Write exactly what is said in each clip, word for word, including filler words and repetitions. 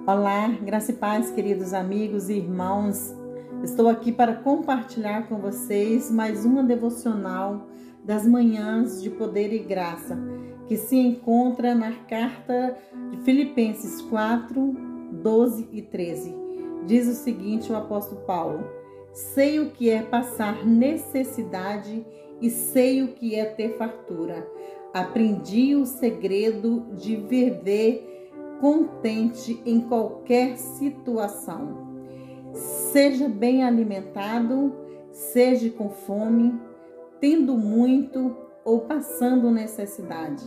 Olá, graça e paz, queridos amigos e irmãos. Estou aqui para compartilhar com vocês mais uma devocional das manhãs de poder e graça, que se encontra na carta de Filipenses quatro, doze e treze. Diz o seguinte o apóstolo Paulo: sei o que é passar necessidade e sei o que é ter fartura. Aprendi o segredo de viver contente em qualquer situação. Seja bem alimentado, seja com fome, tendo muito ou passando necessidade.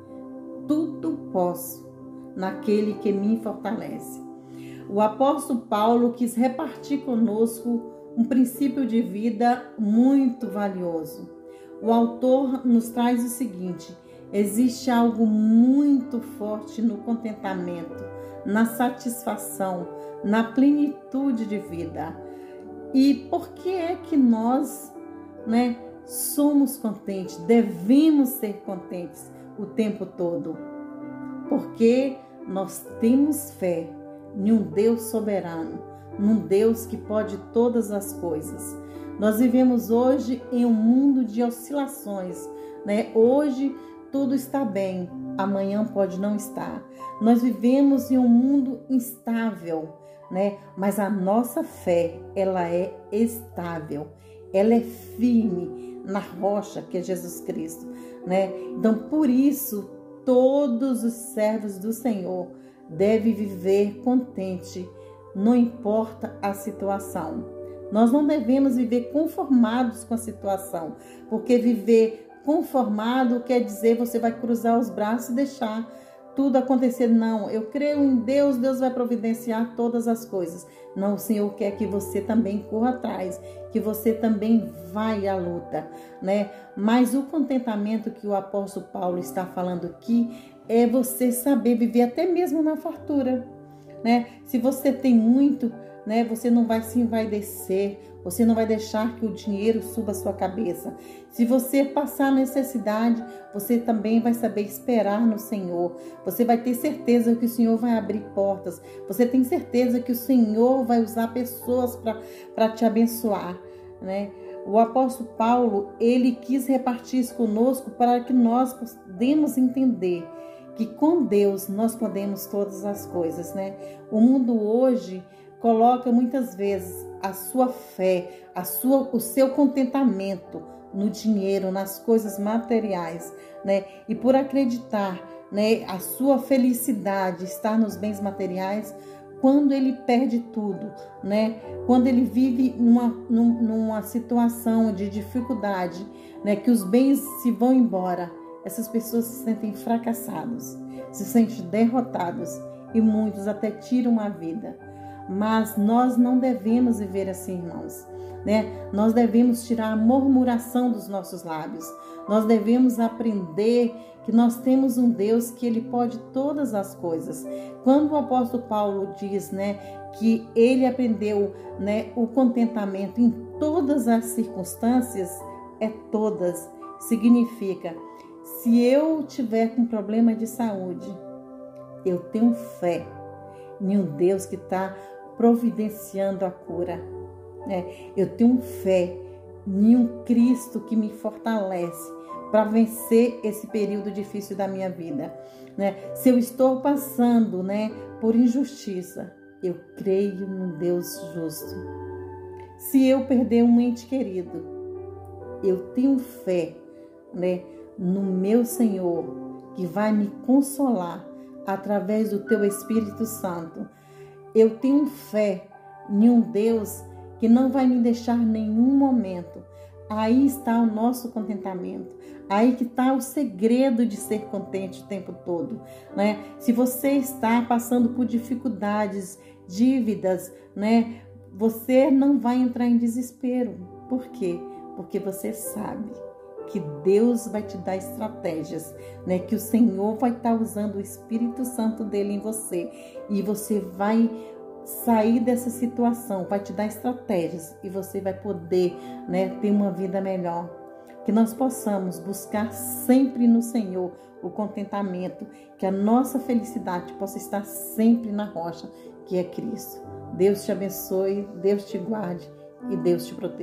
Tudo posso naquele que me fortalece. O apóstolo Paulo quis repartir conosco um princípio de vida muito valioso. O autor nos traz o seguinte: existe algo muito forte no contentamento, na satisfação, na plenitude de vida. E por que é que nós, né, somos contentes, devemos ser contentes o tempo todo? Porque nós temos fé em um Deus soberano, num Deus que pode todas as coisas. Nós vivemos hoje em um mundo de oscilações, né? Hoje tudo está bem, amanhã pode não estar. Nós vivemos em um mundo instável, né? Mas a nossa fé, ela é estável, ela é firme na rocha que é Jesus Cristo, né? Então, por isso, todos os servos do Senhor devem viver contente, não importa a situação. Nós não devemos viver conformados com a situação, porque viver conformado quer dizer você vai cruzar os braços e deixar tudo acontecer. Não, eu creio em Deus, Deus vai providenciar todas as coisas. Não, o Senhor quer que você também corra atrás, que você também vai à luta, né? Mas o contentamento que o apóstolo Paulo está falando aqui é você saber viver até mesmo na fartura, né? Se você tem muito, né, você não vai se envaidecer, você não vai deixar que o dinheiro suba a sua cabeça. Se você passar necessidade, você também vai saber esperar no Senhor. Você vai ter certeza que o Senhor vai abrir portas. Você tem certeza que o Senhor vai usar pessoas para te abençoar, né? O apóstolo Paulo, ele quis repartir isso conosco para que nós podemos entender que com Deus nós podemos todas as coisas, né? O mundo hoje coloca muitas vezes a sua fé, a sua, o seu contentamento no dinheiro, nas coisas materiais, né? E por acreditar, né, a sua felicidade estar nos bens materiais, quando ele perde tudo, né? Quando ele vive numa, numa situação de dificuldade, né, que os bens se vão embora, essas pessoas se sentem fracassados, se sentem derrotados e muitos até tiram a vida. Mas nós não devemos viver assim, irmãos, né? Nós devemos tirar a murmuração dos nossos lábios. Nós devemos aprender que nós temos um Deus que ele pode todas as coisas. Quando o apóstolo Paulo diz, né, que ele aprendeu, né, o contentamento em todas as circunstâncias, é todas. Significa, se eu tiver com problema de saúde, eu tenho fé em um Deus que está providenciando a cura, né? Eu tenho fé em um Cristo que me fortalece para vencer esse período difícil da minha vida, né? Se eu estou passando, né, por injustiça, eu creio num Deus justo. Se eu perder um ente querido, eu tenho fé, né, no meu Senhor, que vai me consolar através do teu Espírito Santo. Eu tenho fé em um Deus que não vai me deixar nenhum momento. Aí está o nosso contentamento. Aí que está o segredo de ser contente o tempo todo, né? Se você está passando por dificuldades, dívidas, né, você não vai entrar em desespero. Por quê? Porque você sabe que Deus vai te dar estratégias, né? Que o Senhor vai estar usando o Espírito Santo dele em você e você vai sair dessa situação, vai te dar estratégias e você vai poder, né, ter uma vida melhor. Que que nós possamos buscar sempre no Senhor o contentamento, que a nossa felicidade possa estar sempre na rocha, que é Cristo. Deus te abençoe, Deus te guarde e Deus te proteja.